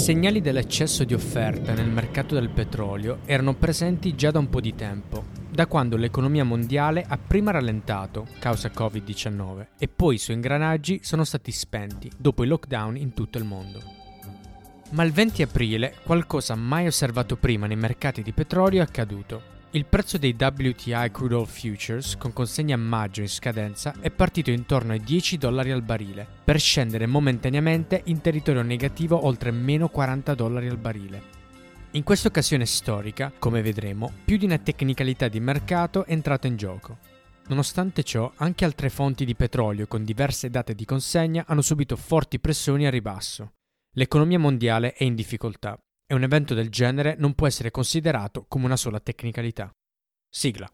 segnali dell'eccesso di offerta nel mercato del petrolio erano presenti già da un po' di tempo, da quando l'economia mondiale ha prima rallentato, causa Covid-19, e poi i suoi ingranaggi sono stati spenti dopo i lockdown in tutto il mondo. Ma il 20 aprile qualcosa mai osservato prima nei mercati di petrolio è accaduto. Il prezzo dei WTI Crude Oil Futures, con consegna a maggio in scadenza, è partito intorno ai $10 al barile, per scendere momentaneamente in territorio negativo oltre meno $40 al barile. In questa occasione storica, come vedremo, più di una tecnicalità di mercato è entrata in gioco. Nonostante ciò, anche altre fonti di petrolio con diverse date di consegna hanno subito forti pressioni a ribasso. L'economia mondiale è in difficoltà. E un evento del genere non può essere considerato come una sola tecnicalità. Sigla.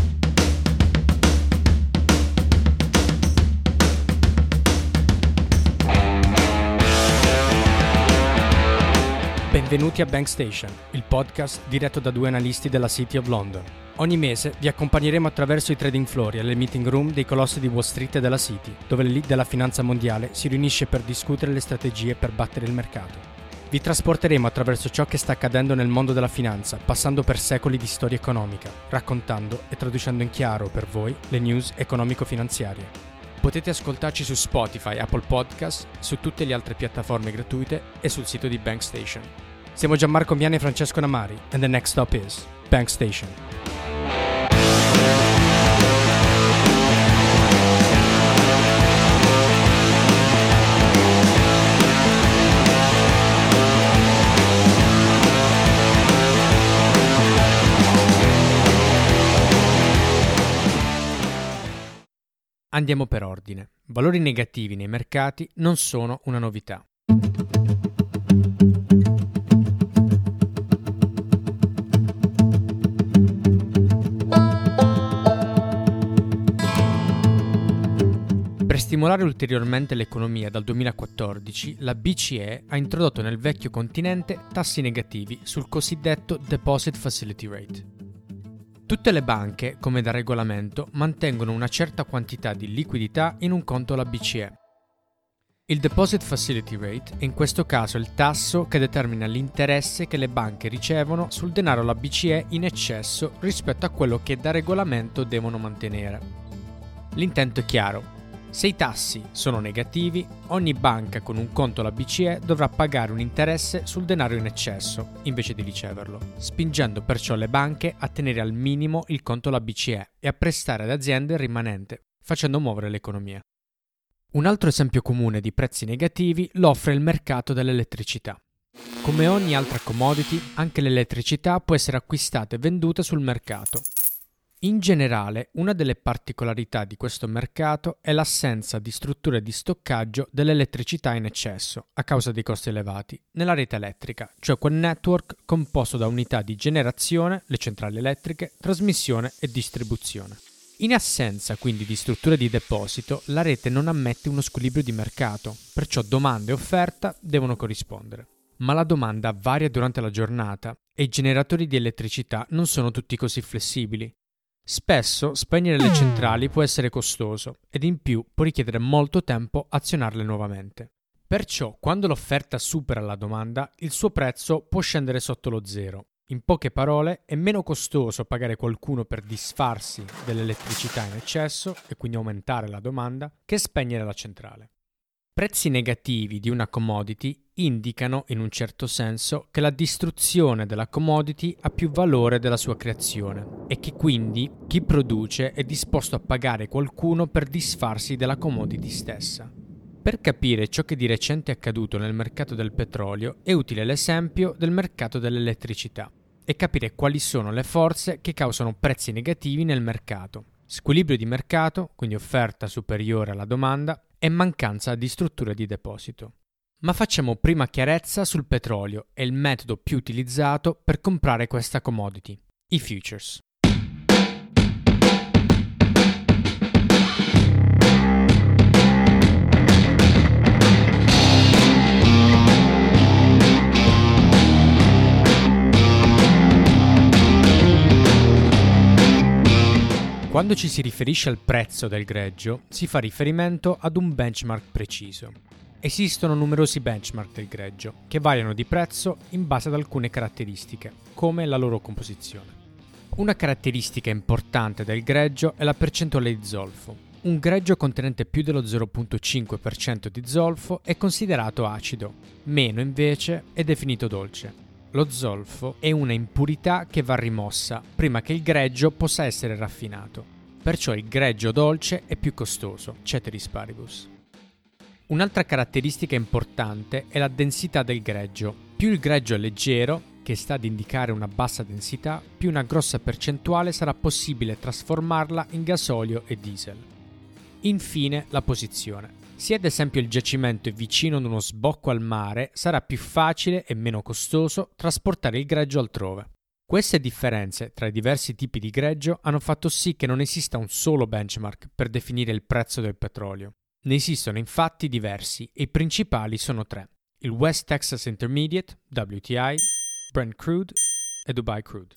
Benvenuti a Bank Station, il podcast diretto da due analisti della City of London. Ogni mese vi accompagneremo attraverso i trading floor e alle meeting room dei colossi di Wall Street e della City, dove l'elite della finanza mondiale si riunisce per discutere le strategie per battere il mercato. Vi trasporteremo attraverso ciò che sta accadendo nel mondo della finanza, passando per secoli di storia economica, raccontando e traducendo in chiaro per voi le news economico-finanziarie. Potete ascoltarci su Spotify, Apple Podcast, su tutte le altre piattaforme gratuite e sul sito di Bank Station. Siamo Gianmarco Miani e Francesco Namari, and the next stop is Bank Station. Andiamo per ordine. Valori negativi nei mercati non sono una novità. Per stimolare ulteriormente l'economia dal 2014, la BCE ha introdotto nel vecchio continente tassi negativi sul cosiddetto Deposit Facility Rate. Tutte le banche, come da regolamento, mantengono una certa quantità di liquidità in un conto alla BCE. Il Deposit Facility Rate è in questo caso il tasso che determina l'interesse che le banche ricevono sul denaro alla BCE in eccesso rispetto a quello che da regolamento devono mantenere. L'intento è chiaro. Se i tassi sono negativi, ogni banca con un conto alla BCE dovrà pagare un interesse sul denaro in eccesso, invece di riceverlo, spingendo perciò le banche a tenere al minimo il conto alla BCE e a prestare alle aziende il rimanente, facendo muovere l'economia. Un altro esempio comune di prezzi negativi lo offre il mercato dell'elettricità. Come ogni altra commodity, anche l'elettricità può essere acquistata e venduta sul mercato. In generale, una delle particolarità di questo mercato è l'assenza di strutture di stoccaggio dell'elettricità in eccesso, a causa dei costi elevati, nella rete elettrica, cioè quel network composto da unità di generazione, le centrali elettriche, trasmissione e distribuzione. In assenza quindi di strutture di deposito, la rete non ammette uno squilibrio di mercato, perciò domanda e offerta devono corrispondere. Ma la domanda varia durante la giornata e i generatori di elettricità non sono tutti così flessibili. Spesso spegnere le centrali può essere costoso ed in più può richiedere molto tempo azionarle nuovamente. Perciò, quando l'offerta supera la domanda, il suo prezzo può scendere sotto lo zero. In poche parole, è meno costoso pagare qualcuno per disfarsi dell'elettricità in eccesso e quindi aumentare la domanda che spegnere la centrale. Prezzi negativi di una commodity indicano, in un certo senso, che la distruzione della commodity ha più valore della sua creazione e che quindi chi produce è disposto a pagare qualcuno per disfarsi della commodity stessa. Per capire ciò che di recente è accaduto nel mercato del petrolio è utile l'esempio del mercato dell'elettricità e capire quali sono le forze che causano prezzi negativi nel mercato. Squilibrio di mercato, quindi offerta superiore alla domanda, e mancanza di strutture di deposito. Ma facciamo prima chiarezza sul petrolio e il metodo più utilizzato per comprare questa commodity, i futures. Quando ci si riferisce al prezzo del greggio, si fa riferimento ad un benchmark preciso. Esistono numerosi benchmark del greggio, che variano di prezzo in base ad alcune caratteristiche, come la loro composizione. Una caratteristica importante del greggio è la percentuale di zolfo. Un greggio contenente più dello 0,5% di zolfo è considerato acido, meno invece è definito dolce. Lo zolfo è una impurità che va rimossa prima che il greggio possa essere raffinato. Perciò il greggio dolce è più costoso, ceteris paribus. Un'altra caratteristica importante è la densità del greggio. Più il greggio è leggero, che sta ad indicare una bassa densità, più una grossa percentuale sarà possibile trasformarla in gasolio e diesel. Infine, la posizione. Se ad esempio il giacimento è vicino ad uno sbocco al mare, sarà più facile e meno costoso trasportare il greggio altrove. Queste differenze tra i diversi tipi di greggio hanno fatto sì che non esista un solo benchmark per definire il prezzo del petrolio. Ne esistono infatti diversi e i principali sono tre: il West Texas Intermediate, WTI, Brent Crude e Dubai Crude.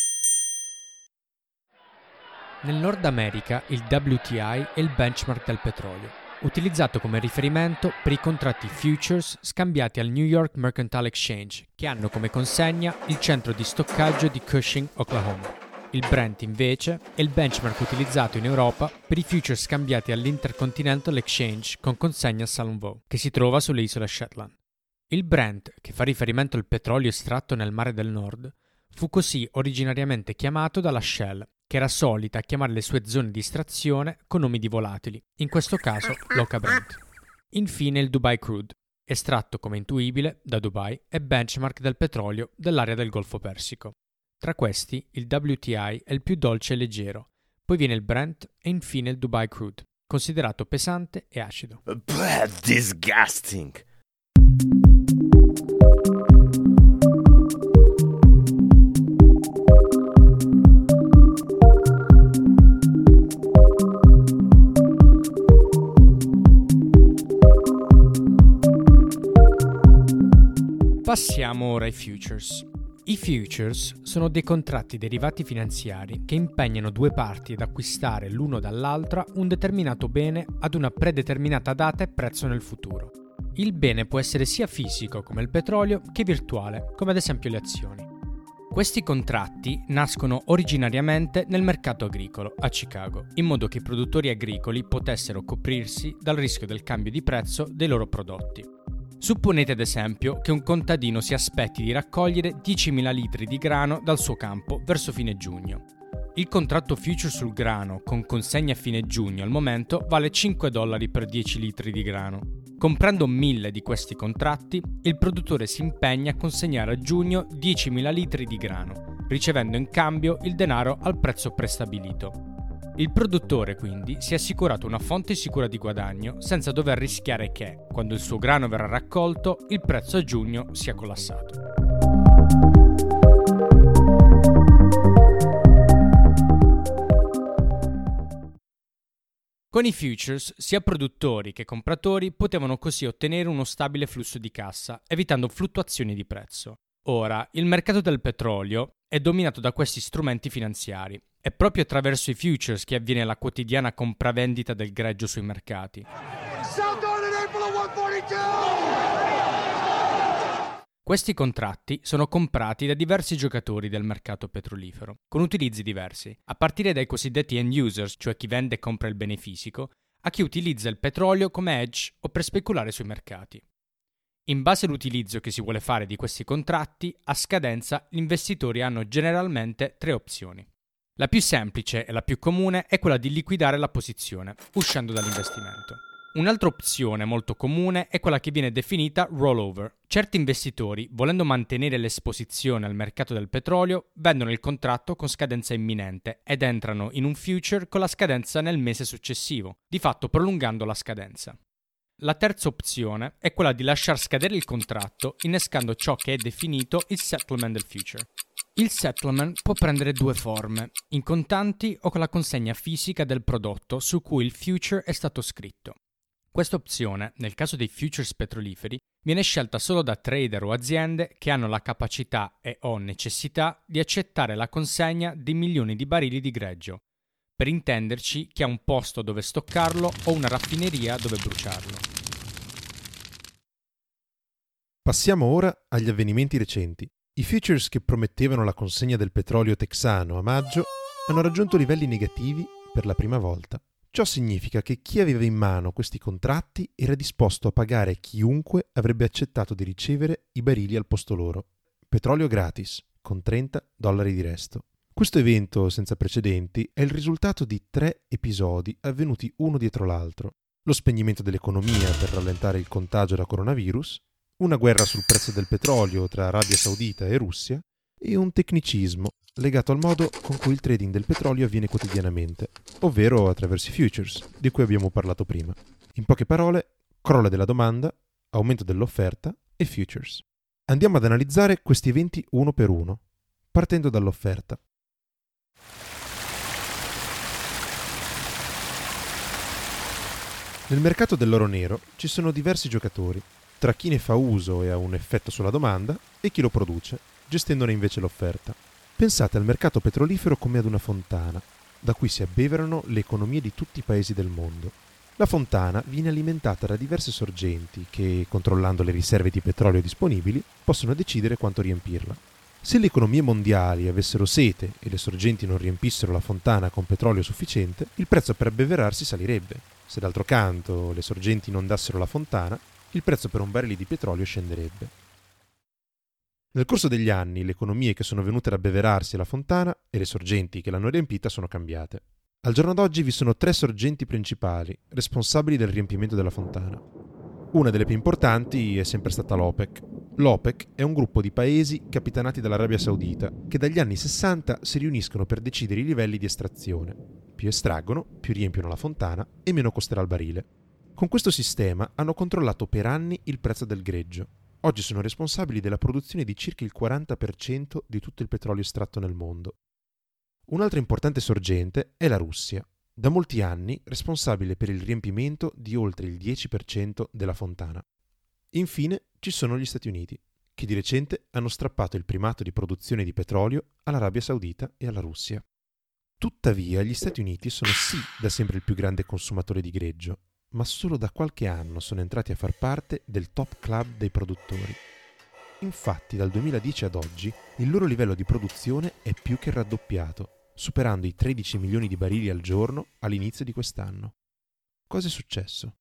Nel Nord America il WTI è il benchmark del petrolio, utilizzato come riferimento per i contratti futures scambiati al New York Mercantile Exchange, che hanno come consegna il centro di stoccaggio di Cushing, Oklahoma. Il Brent invece è il benchmark utilizzato in Europa per i futures scambiati all'Intercontinental Exchange con consegna a Salmvoe, che si trova sulle isole Shetland. Il Brent, che fa riferimento al petrolio estratto nel Mare del Nord, fu così originariamente chiamato dalla Shell, che era solita chiamare le sue zone di estrazione con nomi di volatili, in questo caso l'Oka Brent. Infine il Dubai Crude, estratto come intuibile da Dubai e benchmark del petrolio dell'area del Golfo Persico. Tra questi il WTI è il più dolce e leggero, poi viene il Brent e infine il Dubai Crude, considerato pesante e acido. Disgusting! Passiamo ora ai futures. I futures sono dei contratti derivati finanziari che impegnano due parti ad acquistare l'uno dall'altra un determinato bene ad una predeterminata data e prezzo nel futuro. Il bene può essere sia fisico come il petrolio che virtuale, come ad esempio le azioni. Questi contratti nascono originariamente nel mercato agricolo a Chicago, in modo che i produttori agricoli potessero coprirsi dal rischio del cambio di prezzo dei loro prodotti. Supponete ad esempio che un contadino si aspetti di raccogliere 10.000 litri di grano dal suo campo verso fine giugno. Il contratto future sul grano con consegna a fine giugno al momento vale $5 per 10 litri di grano. Comprando 1.000 di questi contratti, il produttore si impegna a consegnare a giugno 10.000 litri di grano, ricevendo in cambio il denaro al prezzo prestabilito. Il produttore quindi si è assicurato una fonte sicura di guadagno senza dover rischiare che, quando il suo grano verrà raccolto, il prezzo a giugno sia collassato. Con i futures, sia produttori che compratori potevano così ottenere uno stabile flusso di cassa, evitando fluttuazioni di prezzo. Ora, il mercato del petrolio è dominato da questi strumenti finanziari. È proprio attraverso i futures che avviene la quotidiana compravendita del greggio sui mercati. Questi contratti sono comprati da diversi giocatori del mercato petrolifero, con utilizzi diversi, a partire dai cosiddetti end users, cioè chi vende e compra il bene fisico, a chi utilizza il petrolio come hedge o per speculare sui mercati. In base all'utilizzo che si vuole fare di questi contratti, a scadenza gli investitori hanno generalmente tre opzioni. La più semplice e la più comune è quella di liquidare la posizione, uscendo dall'investimento. Un'altra opzione molto comune è quella che viene definita rollover. Certi investitori, volendo mantenere l'esposizione al mercato del petrolio, vendono il contratto con scadenza imminente ed entrano in un future con la scadenza nel mese successivo, di fatto prolungando la scadenza. La terza opzione è quella di lasciar scadere il contratto innescando ciò che è definito il settlement del future. Il settlement può prendere due forme, in contanti o con la consegna fisica del prodotto su cui il future è stato scritto. Questa opzione, nel caso dei futures petroliferi, viene scelta solo da trader o aziende che hanno la capacità e o necessità di accettare la consegna di milioni di barili di greggio. Per intenderci, chi ha un posto dove stoccarlo o una raffineria dove bruciarlo. Passiamo ora agli avvenimenti recenti. I futures che promettevano la consegna del petrolio texano a maggio hanno raggiunto livelli negativi per la prima volta. Ciò significa che chi aveva in mano questi contratti era disposto a pagare chiunque avrebbe accettato di ricevere i barili al posto loro. Petrolio gratis, con $30 di resto. Questo evento senza precedenti è il risultato di 3 episodi avvenuti uno dietro l'altro. Lo spegnimento dell'economia per rallentare il contagio da coronavirus, una guerra sul prezzo del petrolio tra Arabia Saudita e Russia e un tecnicismo legato al modo con cui il trading del petrolio avviene quotidianamente, ovvero attraverso i futures, di cui abbiamo parlato prima. In poche parole, crollo della domanda, aumento dell'offerta e futures. Andiamo ad analizzare questi eventi uno per uno, partendo dall'offerta. Nel mercato dell'oro nero ci sono diversi giocatori, tra chi ne fa uso e ha un effetto sulla domanda e chi lo produce, gestendone invece l'offerta. Pensate al mercato petrolifero come ad una fontana, da cui si abbeverano le economie di tutti i paesi del mondo. La fontana viene alimentata da diverse sorgenti che, controllando le riserve di petrolio disponibili, possono decidere quanto riempirla. Se le economie mondiali avessero sete e le sorgenti non riempissero la fontana con petrolio sufficiente, il prezzo per abbeverarsi salirebbe. Se d'altro canto le sorgenti non dassero la fontana, il prezzo per un barile di petrolio scenderebbe. Nel corso degli anni le economie che sono venute ad abbeverarsi alla fontana e le sorgenti che l'hanno riempita sono cambiate. Al giorno d'oggi vi sono 3 sorgenti principali, responsabili del riempimento della fontana. Una delle più importanti è sempre stata l'OPEC. L'OPEC è un gruppo di paesi capitanati dall'Arabia Saudita che dagli anni 60 si riuniscono per decidere i livelli di estrazione. Più estraggono, più riempiono la fontana e meno costerà il barile. Con questo sistema hanno controllato per anni il prezzo del greggio. Oggi sono responsabili della produzione di circa il 40% di tutto il petrolio estratto nel mondo. Un'altra importante sorgente è la Russia, da molti anni responsabile per il riempimento di oltre il 10% della fontana. Infine ci sono gli Stati Uniti, che di recente hanno strappato il primato di produzione di petrolio all'Arabia Saudita e alla Russia. Tuttavia gli Stati Uniti sono sì da sempre il più grande consumatore di greggio, ma solo da qualche anno sono entrati a far parte del top club dei produttori. Infatti dal 2010 ad oggi il loro livello di produzione è più che raddoppiato, superando i 13 milioni di barili al giorno all'inizio di quest'anno. Cosa è successo?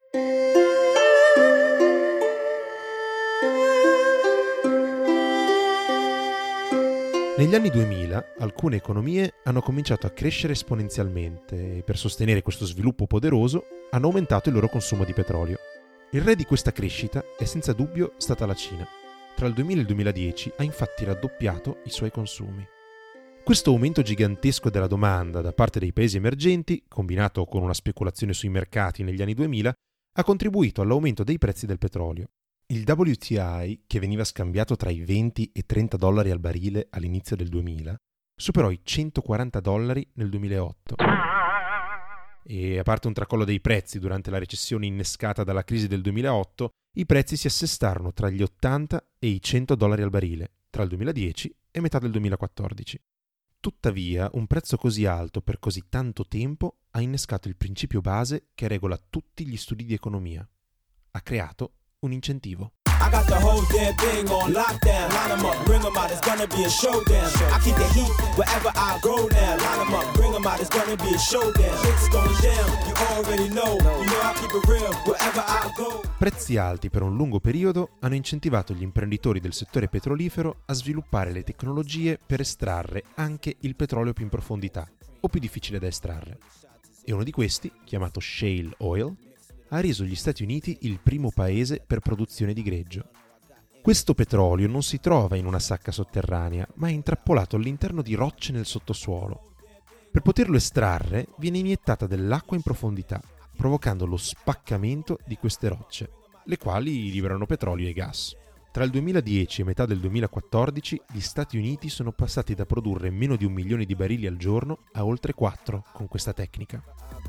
Negli anni 2000 alcune economie hanno cominciato a crescere esponenzialmente e per sostenere questo sviluppo poderoso hanno aumentato il loro consumo di petrolio. Il re di questa crescita è senza dubbio stata la Cina. Tra il 2000 e il 2010 ha infatti raddoppiato i suoi consumi. Questo aumento gigantesco della domanda da parte dei paesi emergenti, combinato con una speculazione sui mercati negli anni 2000, ha contribuito all'aumento dei prezzi del petrolio. Il WTI, che veniva scambiato tra i 20 e 30 dollari al barile all'inizio del 2000, superò i 140 dollari nel 2008. E a parte un tracollo dei prezzi durante la recessione innescata dalla crisi del 2008, i prezzi si assestarono tra gli 80 e i 100 dollari al barile tra il 2010 e metà del 2014. Tuttavia, un prezzo così alto per così tanto tempo ha innescato il principio base che regola tutti gli studi di economia. Ha creato un incentivo. I got the whole damn thing on lockdown. Line 'em up, bring 'em out, it's gonna be a showdown. I keep the heat wherever I go now. Line 'em up, bring 'em out, it's gonna be a showdown. Shit's going down, you already know. You know I keep it real wherever I go. Prezzi alti per un lungo periodo hanno incentivato gli imprenditori del settore petrolifero a sviluppare le tecnologie per estrarre anche il petrolio più in profondità o più difficile da estrarre. E uno di questi, chiamato shale oil, ha reso gli Stati Uniti il primo paese per produzione di greggio. Questo petrolio non si trova in una sacca sotterranea, ma è intrappolato all'interno di rocce nel sottosuolo. Per poterlo estrarre viene iniettata dell'acqua in profondità, provocando lo spaccamento di queste rocce, le quali liberano petrolio e gas. Tra il 2010 e metà del 2014 gli Stati Uniti sono passati da produrre meno di 1 milione di barili al giorno a oltre 4 con questa tecnica.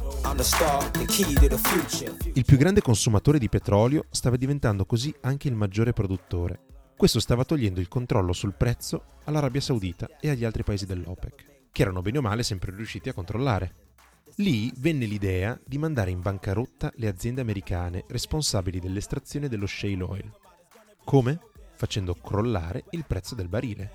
Il più grande consumatore di petrolio stava diventando così anche il maggiore produttore. Questo stava togliendo il controllo sul prezzo all'Arabia Saudita e agli altri paesi dell'OPEC, che erano bene o male sempre riusciti a controllare. Lì venne l'idea di mandare in bancarotta le aziende americane responsabili dell'estrazione dello shale oil. Come? Facendo crollare il prezzo del barile.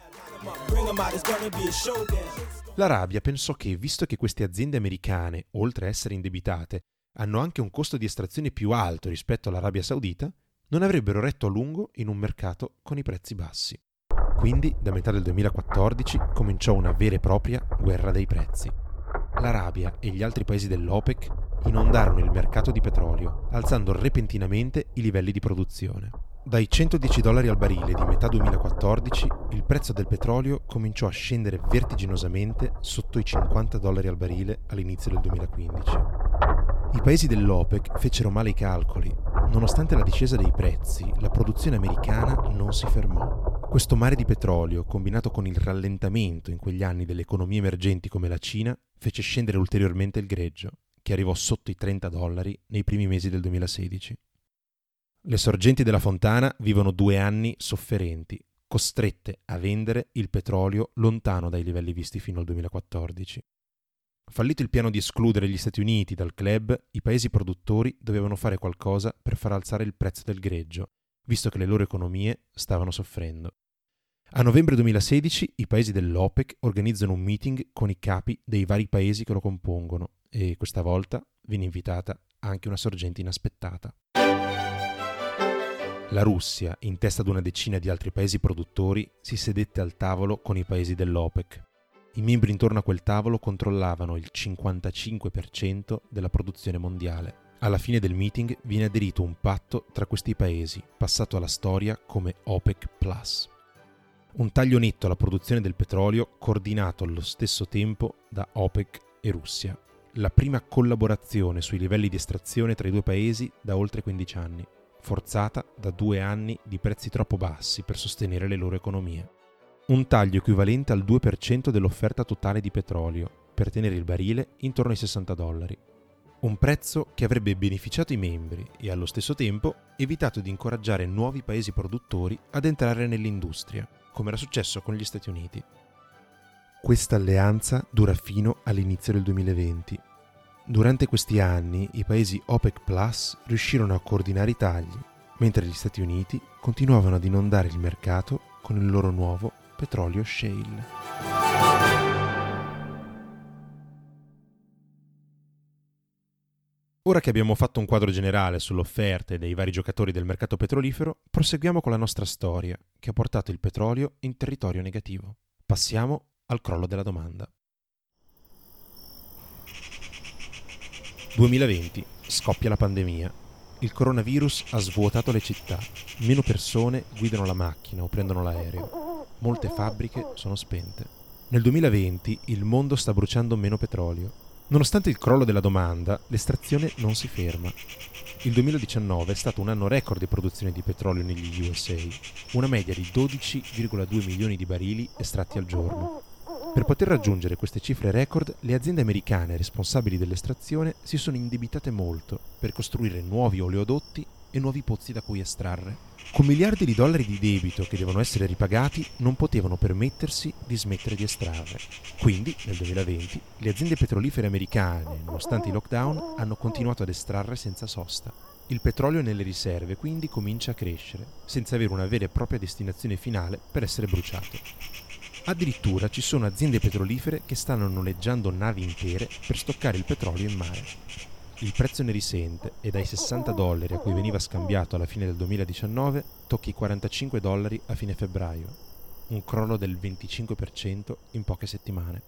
L'Arabia pensò che, visto che queste aziende americane, oltre a essere indebitate, hanno anche un costo di estrazione più alto rispetto all'Arabia Saudita, non avrebbero retto a lungo in un mercato con i prezzi bassi. Quindi, da metà del 2014, cominciò una vera e propria guerra dei prezzi. L'Arabia e gli altri paesi dell'OPEC inondarono il mercato di petrolio, alzando repentinamente i livelli di produzione. Dai $110 al barile di metà 2014, il prezzo del petrolio cominciò a scendere vertiginosamente sotto i $50 al barile all'inizio del 2015. I paesi dell'OPEC fecero male i calcoli. Nonostante la discesa dei prezzi, la produzione americana non si fermò. Questo mare di petrolio, combinato con il rallentamento in quegli anni delle economie emergenti come la Cina, fece scendere ulteriormente il greggio, che arrivò sotto i $30 nei primi mesi del 2016. Le sorgenti della fontana vivono 2 anni sofferenti, costrette a vendere il petrolio lontano dai livelli visti fino al 2014. Fallito il piano di escludere gli Stati Uniti dal club, i paesi produttori dovevano fare qualcosa per far alzare il prezzo del greggio, visto che le loro economie stavano soffrendo. A novembre 2016 i paesi dell'OPEC organizzano un meeting con i capi dei vari paesi che lo compongono e questa volta viene invitata anche una sorgente inaspettata. La Russia, in testa ad una decina di altri paesi produttori, si sedette al tavolo con i paesi dell'OPEC. I membri intorno a quel tavolo controllavano il 55% della produzione mondiale. Alla fine del meeting viene aderito un patto tra questi paesi, passato alla storia come OPEC+. Un taglio netto alla produzione del petrolio coordinato allo stesso tempo da OPEC e Russia. La prima collaborazione sui livelli di estrazione tra i due paesi da oltre 15 anni, forzata da 2 anni di prezzi troppo bassi per sostenere le loro economie. Un taglio equivalente al 2% dell'offerta totale di petrolio, per tenere il barile intorno ai $60. Un prezzo che avrebbe beneficiato i membri e allo stesso tempo evitato di incoraggiare nuovi paesi produttori ad entrare nell'industria, come era successo con gli Stati Uniti. Questa alleanza dura fino all'inizio del 2020. Durante questi anni i paesi OPEC Plus riuscirono a coordinare i tagli, mentre gli Stati Uniti continuavano ad inondare il mercato con il loro nuovo petrolio shale. Ora che abbiamo fatto un quadro generale sull'offerta dei vari giocatori del mercato petrolifero, proseguiamo con la nostra storia, che ha portato il petrolio in territorio negativo. Passiamo al crollo della domanda. 2020. Scoppia la pandemia. Il coronavirus ha svuotato le città. Meno persone guidano la macchina o prendono l'aereo. Molte fabbriche sono spente. Nel 2020 il mondo sta bruciando meno petrolio. Nonostante il crollo della domanda, l'estrazione non si ferma. Il 2019 è stato un anno record di produzione di petrolio negli USA, una media di 12,2 milioni di barili estratti al giorno. Per poter raggiungere queste cifre record, le aziende americane responsabili dell'estrazione si sono indebitate molto per costruire nuovi oleodotti e nuovi pozzi da cui estrarre. Con miliardi di dollari di debito che devono essere ripagati, non potevano permettersi di smettere di estrarre. Quindi, nel 2020, le aziende petrolifere americane, nonostante i lockdown, hanno continuato ad estrarre senza sosta. Il petrolio nelle riserve quindi comincia a crescere, senza avere una vera e propria destinazione finale per essere bruciato. Addirittura ci sono aziende petrolifere che stanno noleggiando navi intere per stoccare il petrolio in mare. Il prezzo ne risente e dai $60 a cui veniva scambiato alla fine del 2019 tocca i $45 a fine febbraio, un crollo del 25% in poche settimane.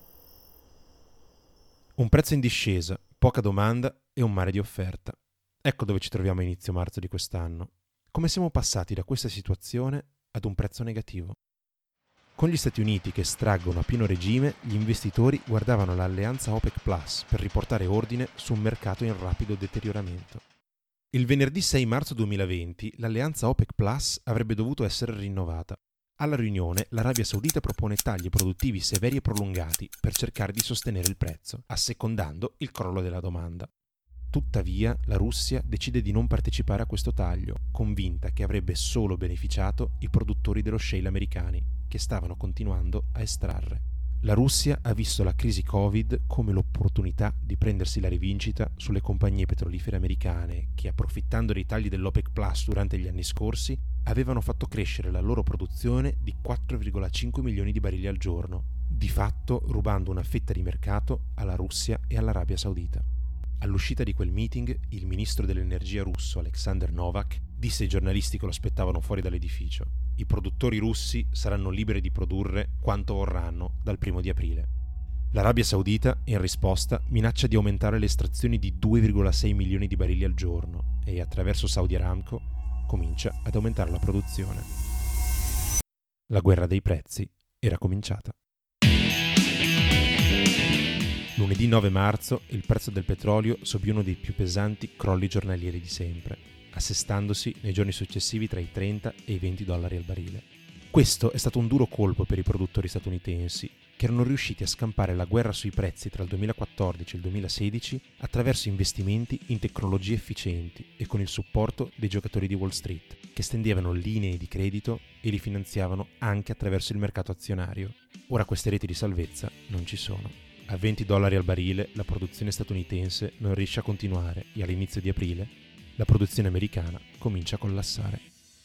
Un prezzo in discesa, poca domanda e un mare di offerta. Ecco dove ci troviamo a inizio marzo di quest'anno. Come siamo passati da questa situazione ad un prezzo negativo? Con gli Stati Uniti che estraggono a pieno regime, gli investitori guardavano l'alleanza OPEC Plus per riportare ordine su un mercato in rapido deterioramento. Il venerdì 6 marzo 2020 l'alleanza OPEC Plus avrebbe dovuto essere rinnovata. Alla riunione l'Arabia Saudita propone tagli produttivi severi e prolungati per cercare di sostenere il prezzo, assecondando il crollo della domanda. Tuttavia, la Russia decide di non partecipare a questo taglio, convinta che avrebbe solo beneficiato i produttori dello shale americani, che stavano continuando a estrarre. La Russia ha visto la crisi Covid come l'opportunità di prendersi la rivincita sulle compagnie petrolifere americane che, approfittando dei tagli dell'OPEC Plus durante gli anni scorsi, avevano fatto crescere la loro produzione di 4,5 milioni di barili al giorno, di fatto rubando una fetta di mercato alla Russia e all'Arabia Saudita. All'uscita di quel meeting, il ministro dell'energia russo Alexander Novak disse ai giornalisti che lo aspettavano fuori dall'edificio: i produttori russi saranno liberi di produrre quanto vorranno dal 1 di aprile. L'Arabia Saudita, in risposta, minaccia di aumentare le estrazioni di 2,6 milioni di barili al giorno e, attraverso Saudi Aramco, comincia ad aumentare la produzione. La guerra dei prezzi era cominciata. Lunedì 9 marzo il prezzo del petrolio subì uno dei più pesanti crolli giornalieri di sempre, assestandosi nei giorni successivi tra i 30 e i 20 dollari al barile. Questo è stato un duro colpo per i produttori statunitensi, che erano riusciti a scampare la guerra sui prezzi tra il 2014 e il 2016 attraverso investimenti in tecnologie efficienti e con il supporto dei giocatori di Wall Street, che stendevano linee di credito e li finanziavano anche attraverso il mercato azionario. Ora queste reti di salvezza non ci sono. A 20 dollari al barile la produzione statunitense non riesce a continuare e all'inizio di aprile la produzione americana comincia a collassare.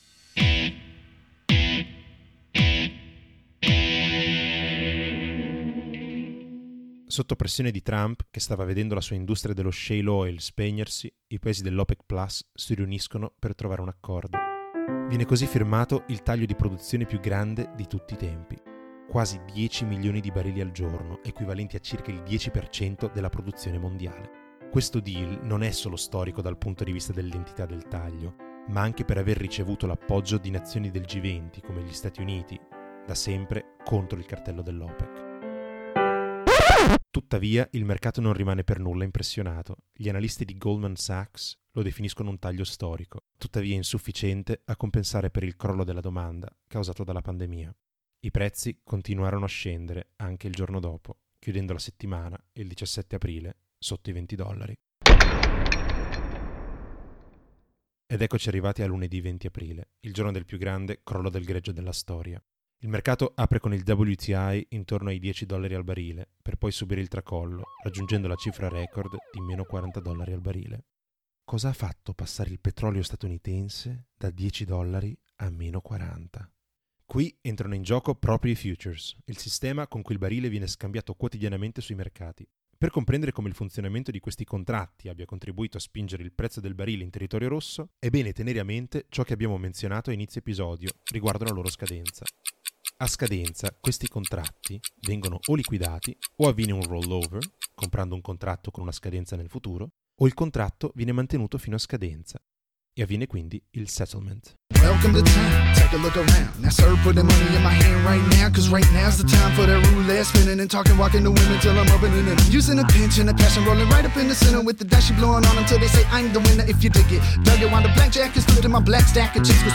Sotto pressione di Trump, che stava vedendo la sua industria dello shale oil spegnersi, i paesi dell'OPEC Plus si riuniscono per trovare un accordo. Viene così firmato il taglio di produzione più grande di tutti i tempi. Quasi 10 milioni di barili al giorno, equivalenti a circa il 10% della produzione mondiale. Questo deal non è solo storico dal punto di vista dell'entità del taglio, ma anche per aver ricevuto l'appoggio di nazioni del G20 come gli Stati Uniti, da sempre contro il cartello dell'OPEC. Tuttavia, il mercato non rimane per nulla impressionato. Gli analisti di Goldman Sachs lo definiscono un taglio storico, tuttavia insufficiente a compensare per il crollo della domanda causato dalla pandemia. I prezzi continuarono a scendere anche il giorno dopo, chiudendo la settimana, il 17 aprile, sotto i 20 dollari. Ed eccoci arrivati a lunedì 20 aprile, il giorno del più grande crollo del greggio della storia. Il mercato apre con il WTI intorno ai 10 dollari al barile, per poi subire il tracollo, raggiungendo la cifra record di meno 40 dollari al barile. Cosa ha fatto passare il petrolio statunitense da 10 dollari a meno 40? Qui entrano in gioco proprio i futures, il sistema con cui il barile viene scambiato quotidianamente sui mercati. Per comprendere come il funzionamento di questi contratti abbia contribuito a spingere il prezzo del barile in territorio rosso, è bene tenere a mente ciò che abbiamo menzionato a inizio episodio riguardo la loro scadenza. A scadenza, questi contratti vengono o liquidati o avviene un rollover, comprando un contratto con una scadenza nel futuro, o il contratto viene mantenuto fino a scadenza e avviene quindi il settlement. Welcome to town, take a look around. Now sir, put the money in my hand right now, cause right now's the time for that roulette spinning and talking, walking to women till I'm opening it. Using a pinch and a passion, rolling right up in the center with the dash blowing on until they say I'm the winner if you dig it. Dug it while the blackjack is flipped in my black stack of chicks with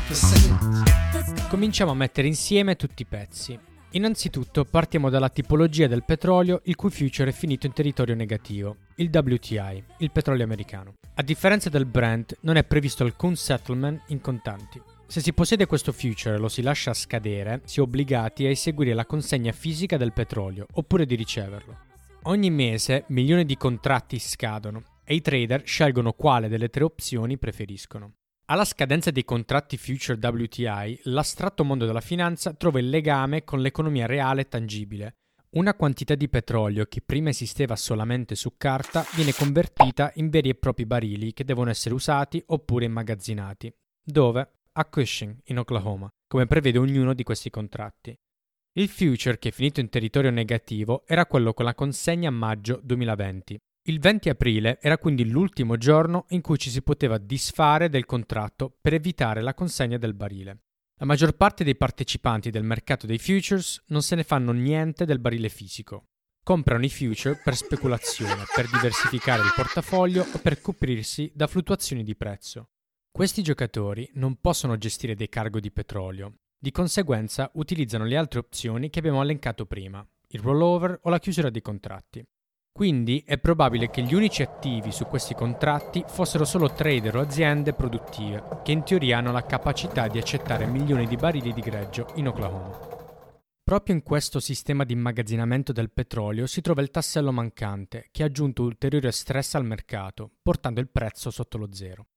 25%. Cominciamo a mettere insieme tutti i pezzi. Innanzitutto partiamo dalla tipologia del petrolio il cui future è finito in territorio negativo, il WTI, il petrolio americano. A differenza del Brent non è previsto alcun settlement in contanti. Se si possiede questo future e lo si lascia scadere, si è obbligati a eseguire la consegna fisica del petrolio oppure di riceverlo. Ogni mese milioni di contratti scadono e i trader scelgono quale delle tre opzioni preferiscono. Alla scadenza dei contratti future WTI, l'astratto mondo della finanza trova il legame con l'economia reale e tangibile. Una quantità di petrolio che prima esisteva solamente su carta viene convertita in veri e propri barili che devono essere usati oppure immagazzinati. Dove? A Cushing, in Oklahoma, come prevede ognuno di questi contratti. Il future, che è finito in territorio negativo, era quello con la consegna a maggio 2020. Il 20 aprile era quindi l'ultimo giorno in cui ci si poteva disfare del contratto per evitare la consegna del barile. La maggior parte dei partecipanti del mercato dei futures non se ne fanno niente del barile fisico. Comprano i future per speculazione, per diversificare il portafoglio o per coprirsi da fluttuazioni di prezzo. Questi giocatori non possono gestire dei cargo di petrolio, di conseguenza utilizzano le altre opzioni che abbiamo elencato prima, il rollover o la chiusura dei contratti. Quindi è probabile che gli unici attivi su questi contratti fossero solo trader o aziende produttive, che in teoria hanno la capacità di accettare milioni di barili di greggio in Oklahoma. Proprio in questo sistema di immagazzinamento del petrolio si trova il tassello mancante, che ha aggiunto ulteriore stress al mercato, portando il prezzo sotto lo zero.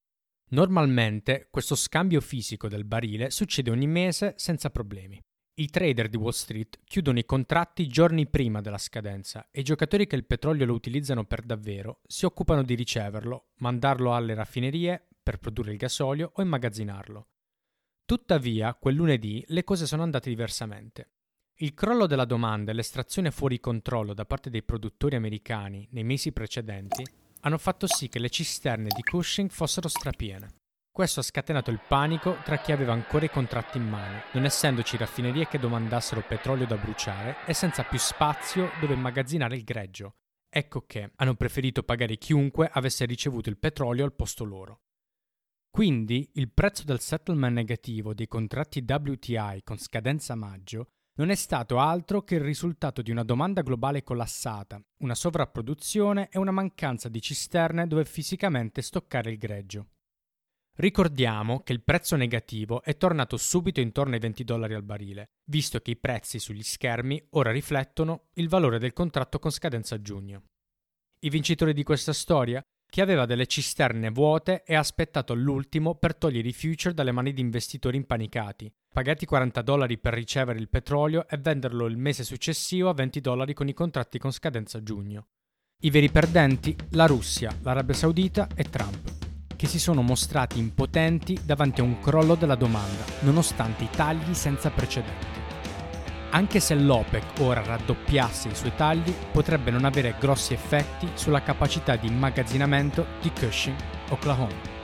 Normalmente questo scambio fisico del barile succede ogni mese senza problemi. I trader di Wall Street chiudono i contratti giorni prima della scadenza e i giocatori che il petrolio lo utilizzano per davvero si occupano di riceverlo, mandarlo alle raffinerie per produrre il gasolio o immagazzinarlo. Tuttavia, quel lunedì le cose sono andate diversamente. Il crollo della domanda e l'estrazione fuori controllo da parte dei produttori americani nei mesi precedenti hanno fatto sì che le cisterne di Cushing fossero strapiene. Questo ha scatenato il panico tra chi aveva ancora i contratti in mano, non essendoci raffinerie che domandassero petrolio da bruciare e senza più spazio dove immagazzinare il greggio. Ecco che hanno preferito pagare chiunque avesse ricevuto il petrolio al posto loro. Quindi il prezzo del settlement negativo dei contratti WTI con scadenza maggio non è stato altro che il risultato di una domanda globale collassata, una sovrapproduzione e una mancanza di cisterne dove fisicamente stoccare il greggio. Ricordiamo che il prezzo negativo è tornato subito intorno ai $20 al barile, visto che i prezzi sugli schermi ora riflettono il valore del contratto con scadenza a giugno. I vincitori di questa storia? Chi aveva delle cisterne vuote e ha aspettato all'ultimo per togliere i future dalle mani di investitori impanicati, pagati $40 per ricevere il petrolio e venderlo il mese successivo a $20 con i contratti con scadenza a giugno. I veri perdenti? La Russia, l'Arabia Saudita e Trump, che si sono mostrati impotenti davanti a un crollo della domanda, nonostante i tagli senza precedenti. Anche se l'OPEC ora raddoppiasse i suoi tagli, potrebbe non avere grossi effetti sulla capacità di immagazzinamento di Cushing, Oklahoma.